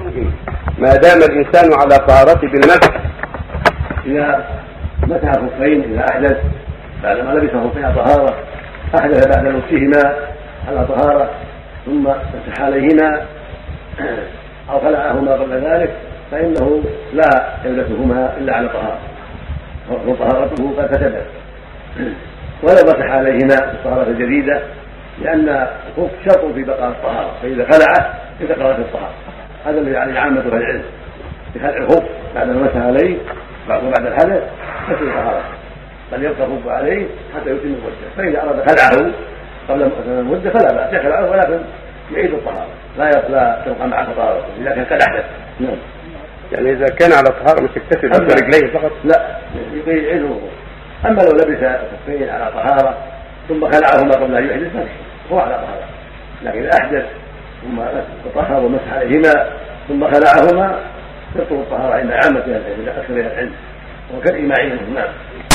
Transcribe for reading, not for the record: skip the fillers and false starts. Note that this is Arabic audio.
ما دام الإنسان على طهارته بالمسح. إذا مسح خفين إذا أحدث بعدما لبس خفين على طهارة، أحدث بعد لبسهما على طهارة ثم مسح عليهما أو خلعهما قبل ذلك فإنه لا يلبسهما إلا على طهارة وطهارته قد كتبت، ولو مسح عليهما بالطهارة الجديدة لأن الخف شرط في بقاء الطهارة، فإذا خلعه انتقلت الطهارة. هذا الذي عليه عامة أهل العلم بخلع الخف بعد ما مسح عليه وبعد الحدث تسلم الطهارة، بل يبقى الخف عليه حتى يتم المدة، فإذا أراد خلعه قبل المدة فلا بأس يخلعه ولكن يعيد الطهارة لا تبقى مع طهارته إذا كان قد أحدث. نعم. يعني إذا كان على طهارة مش يكتفي برجليه فقط؟ لا، يعيد الوضوء. أما لو لبس خفين على طهارة ثم خلعهما قبل أن يحدث فهو على طهارة، لكن إذا أحدث ثم طهر ومسح عليهما ثم خلعهما تبطل الطهارة عند عامة أهل العلم أكثر العلم وكالإجماع. نعم.